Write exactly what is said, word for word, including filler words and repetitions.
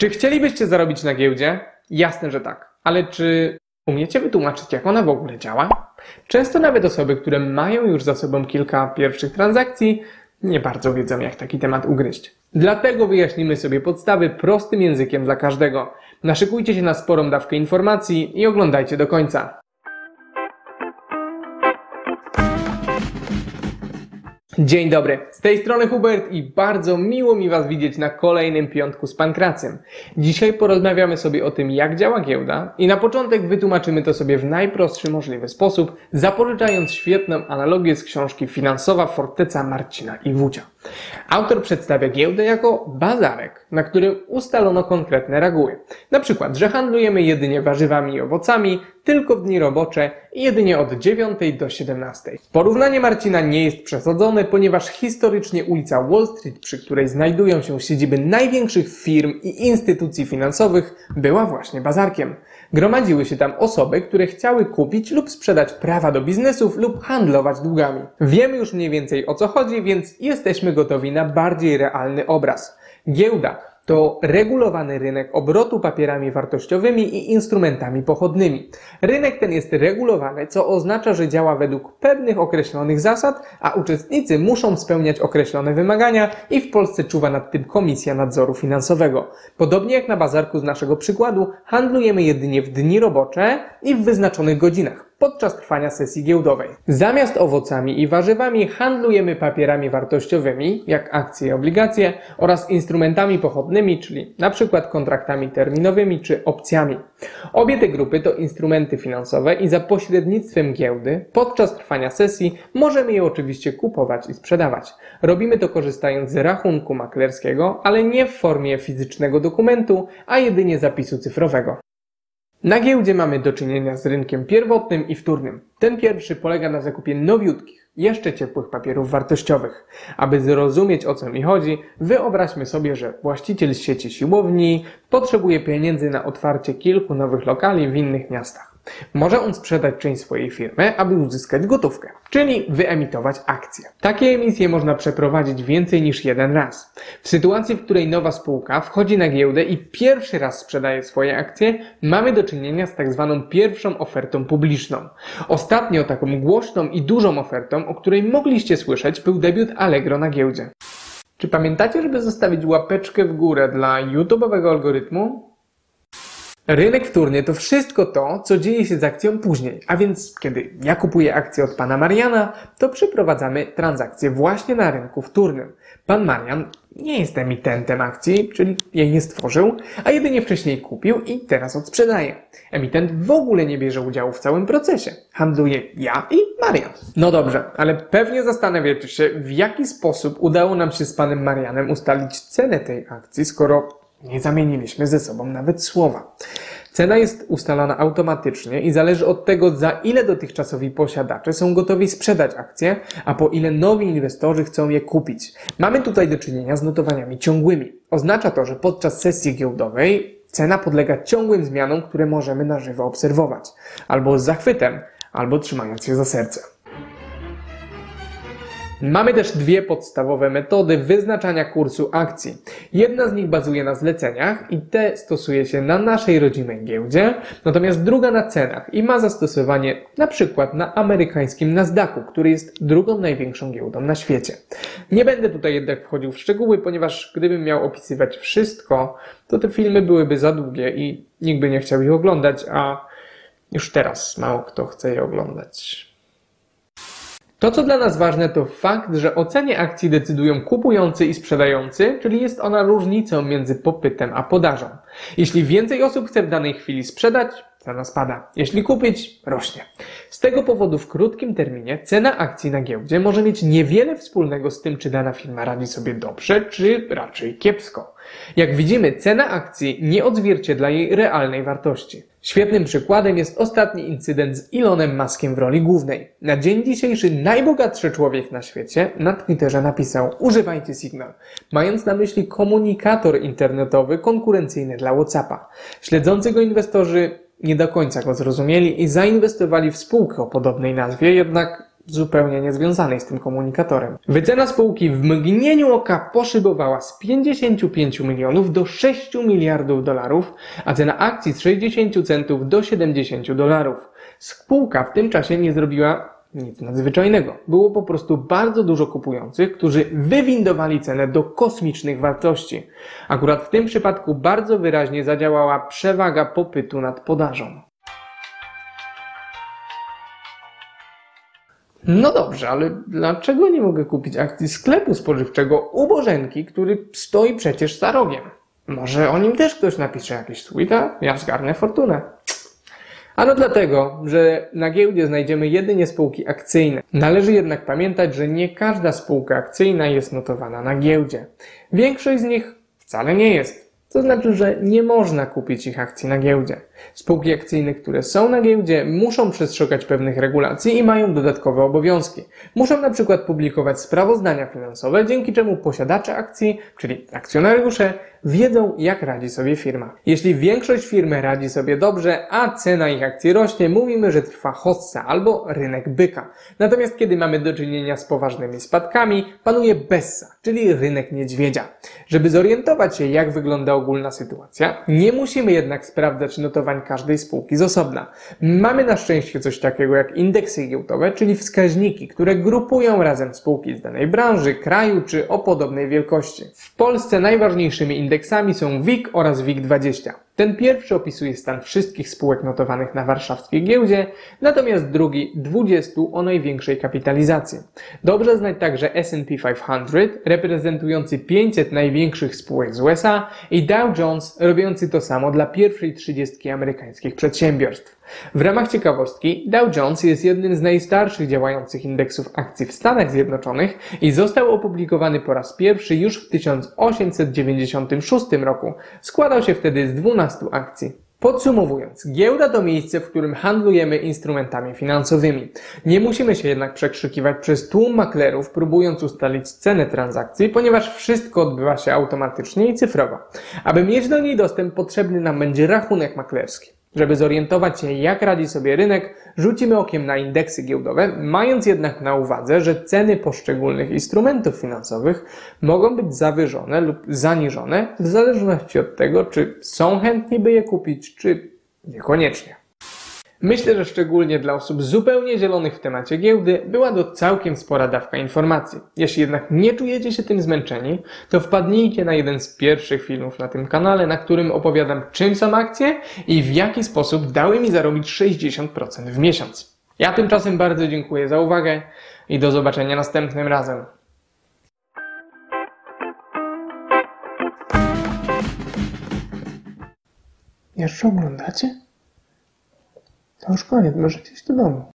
Czy chcielibyście zarobić na giełdzie? Jasne, że tak. Ale czy umiecie wytłumaczyć, jak ona w ogóle działa? Często nawet osoby, które mają już za sobą kilka pierwszych transakcji, nie bardzo wiedzą, jak taki temat ugryźć. Dlatego wyjaśnimy sobie podstawy prostym językiem dla każdego. Naszykujcie się na sporą dawkę informacji i oglądajcie do końca. Dzień dobry, z tej strony Hubert i bardzo miło mi Was widzieć na kolejnym piątku z Pankracem. Dzisiaj porozmawiamy sobie o tym, jak działa giełda i na początek wytłumaczymy to sobie w najprostszy możliwy sposób, zapożyczając świetną analogię z książki Finansowa Forteca Marcina Iwucia. Autor przedstawia giełdę jako bazarek, na którym ustalono konkretne reguły. Na przykład, że handlujemy jedynie warzywami i owocami, tylko w dni robocze i jedynie od dziewiątej do siedemnastej. Porównanie Marcina nie jest przesadzone, ponieważ historycznie ulica Wall Street, przy której znajdują się siedziby największych firm i instytucji finansowych, była właśnie bazarkiem. Gromadziły się tam osoby, które chciały kupić lub sprzedać prawa do biznesów lub handlować długami. Wiemy już mniej więcej, o co chodzi, więc jesteśmy gotowi na bardziej realny obraz. Giełda to regulowany rynek obrotu papierami wartościowymi i instrumentami pochodnymi. Rynek ten jest regulowany, co oznacza, że działa według pewnych określonych zasad, a uczestnicy muszą spełniać określone wymagania i w Polsce czuwa nad tym Komisja Nadzoru Finansowego. Podobnie jak na bazarku z naszego przykładu, handlujemy jedynie w dni robocze i w wyznaczonych godzinach podczas trwania sesji giełdowej. Zamiast owocami i warzywami handlujemy papierami wartościowymi, jak akcje i obligacje, oraz instrumentami pochodnymi, czyli na przykład kontraktami terminowymi czy opcjami. Obie te grupy to instrumenty finansowe i za pośrednictwem giełdy podczas trwania sesji możemy je oczywiście kupować i sprzedawać. Robimy to korzystając z rachunku maklerskiego, ale nie w formie fizycznego dokumentu, a jedynie zapisu cyfrowego. Na giełdzie mamy do czynienia z rynkiem pierwotnym i wtórnym. Ten pierwszy polega na zakupie nowiutkich, jeszcze ciepłych papierów wartościowych. Aby zrozumieć, o co mi chodzi, wyobraźmy sobie, że właściciel sieci siłowni potrzebuje pieniędzy na otwarcie kilku nowych lokali w innych miastach. Może on sprzedać część swojej firmy, aby uzyskać gotówkę, czyli wyemitować akcje. Takie emisje można przeprowadzić więcej niż jeden raz. W sytuacji, w której nowa spółka wchodzi na giełdę i pierwszy raz sprzedaje swoje akcje, mamy do czynienia z tak zwaną pierwszą ofertą publiczną. Ostatnio taką głośną i dużą ofertą, o której mogliście słyszeć, był debiut Allegro na giełdzie. Czy pamiętacie, żeby zostawić łapeczkę w górę dla YouTube'owego algorytmu? Rynek wtórny to wszystko to, co dzieje się z akcją później, a więc kiedy ja kupuję akcję od pana Mariana, to przeprowadzamy transakcję właśnie na rynku wtórnym. Pan Marian nie jest emitentem akcji, czyli jej nie stworzył, a jedynie wcześniej kupił i teraz odsprzedaje. Emitent w ogóle nie bierze udziału w całym procesie. Handluje ja i Marian. No dobrze, ale pewnie zastanawiacie się, w jaki sposób udało nam się z panem Marianem ustalić cenę tej akcji, skoro nie zamieniliśmy ze sobą nawet słowa. Cena jest ustalana automatycznie i zależy od tego, za ile dotychczasowi posiadacze są gotowi sprzedać akcje, a po ile nowi inwestorzy chcą je kupić. Mamy tutaj do czynienia z notowaniami ciągłymi. Oznacza to, że podczas sesji giełdowej cena podlega ciągłym zmianom, które możemy na żywo obserwować. Albo z zachwytem, albo trzymając się za serce. Mamy też dwie podstawowe metody wyznaczania kursu akcji. Jedna z nich bazuje na zleceniach i te stosuje się na naszej rodzimej giełdzie, natomiast druga na cenach i ma zastosowanie na przykład na amerykańskim Nasdaqu, który jest drugą największą giełdą na świecie. Nie będę tutaj jednak wchodził w szczegóły, ponieważ gdybym miał opisywać wszystko, to te filmy byłyby za długie i nikt by nie chciał ich oglądać, a już teraz mało kto chce je oglądać. To, co dla nas ważne, to fakt, że o cenie akcji decydują kupujący i sprzedający, czyli jest ona różnicą między popytem a podażą. Jeśli więcej osób chce w danej chwili sprzedać, cena spada. Jeśli kupić, rośnie. Z tego powodu w krótkim terminie cena akcji na giełdzie może mieć niewiele wspólnego z tym, czy dana firma radzi sobie dobrze, czy raczej kiepsko. Jak widzimy, cena akcji nie odzwierciedla jej realnej wartości. Świetnym przykładem jest ostatni incydent z Elonem Muskiem w roli głównej. Na dzień dzisiejszy najbogatszy człowiek na świecie na Twitterze napisał: używajcie Signal, mając na myśli komunikator internetowy konkurencyjny dla WhatsAppa. Śledzący go inwestorzy nie do końca go zrozumieli i zainwestowali w spółkę o podobnej nazwie, jednak zupełnie niezwiązanej z tym komunikatorem. Wycena spółki w mgnieniu oka poszybowała z pięćdziesięciu pięciu milionów do sześciu miliardów dolarów, a cena akcji z sześćdziesięciu centów do siedemdziesięciu dolarów. Spółka w tym czasie nie zrobiła nic nadzwyczajnego. Było po prostu bardzo dużo kupujących, którzy wywindowali cenę do kosmicznych wartości. Akurat w tym przypadku bardzo wyraźnie zadziałała przewaga popytu nad podażą. No dobrze, ale dlaczego nie mogę kupić akcji sklepu spożywczego u Bożenki, który stoi przecież za rogiem? Może o nim też ktoś napisze jakieś tweeta? Ja zgarnę fortunę. Ano dlatego, że na giełdzie znajdziemy jedynie spółki akcyjne. Należy jednak pamiętać, że nie każda spółka akcyjna jest notowana na giełdzie. Większość z nich wcale nie jest. To znaczy, że nie można kupić ich akcji na giełdzie. Spółki akcyjne, które są na giełdzie, muszą przestrzegać pewnych regulacji i mają dodatkowe obowiązki. Muszą na przykład publikować sprawozdania finansowe, dzięki czemu posiadacze akcji, czyli akcjonariusze, wiedzą, jak radzi sobie firma. Jeśli większość firmy radzi sobie dobrze, a cena ich akcji rośnie, mówimy, że trwa hossa albo rynek byka. Natomiast kiedy mamy do czynienia z poważnymi spadkami, panuje bessa, czyli rynek niedźwiedzia. Żeby zorientować się, jak wygląda ogólna sytuacja, nie musimy jednak sprawdzać notowań każdej spółki z osobna. Mamy na szczęście coś takiego jak indeksy giełdowe, czyli wskaźniki, które grupują razem spółki z danej branży, kraju czy o podobnej wielkości. W Polsce najważniejszymi indeksami są W I G oraz W I G dwadzieścia. Ten pierwszy opisuje stan wszystkich spółek notowanych na warszawskiej giełdzie, natomiast drugi dwudziestu o największej kapitalizacji. Dobrze znać także S and P pięćset, reprezentujący pięćset największych spółek z U S A i Dow Jones, robiący to samo dla pierwszej trzydziestki amerykańskich przedsiębiorstw. W ramach ciekawostki, Dow Jones jest jednym z najstarszych działających indeksów akcji w Stanach Zjednoczonych i został opublikowany po raz pierwszy już w tysiąc osiemset dziewięćdziesiątym szóstym roku. Składał się wtedy z dwunastu akcji. Podsumowując, giełda to miejsce, w którym handlujemy instrumentami finansowymi. Nie musimy się jednak przekrzykiwać przez tłum maklerów, próbując ustalić cenę transakcji, ponieważ wszystko odbywa się automatycznie i cyfrowo. Aby mieć do niej dostęp, potrzebny nam będzie rachunek maklerski. Żeby zorientować się, jak radzi sobie rynek, rzucimy okiem na indeksy giełdowe, mając jednak na uwadze, że ceny poszczególnych instrumentów finansowych mogą być zawyżone lub zaniżone w zależności od tego, czy są chętni, by je kupić, czy niekoniecznie. Myślę, że szczególnie dla osób zupełnie zielonych w temacie giełdy była to całkiem spora dawka informacji. Jeśli jednak nie czujecie się tym zmęczeni, to wpadnijcie na jeden z pierwszych filmów na tym kanale, na którym opowiadam, czym są akcje i w jaki sposób dały mi zarobić sześćdziesiąt procent w miesiąc. Ja tymczasem bardzo dziękuję za uwagę i do zobaczenia następnym razem. Jeszcze oglądacie? To już koniec, możecie iść do domu.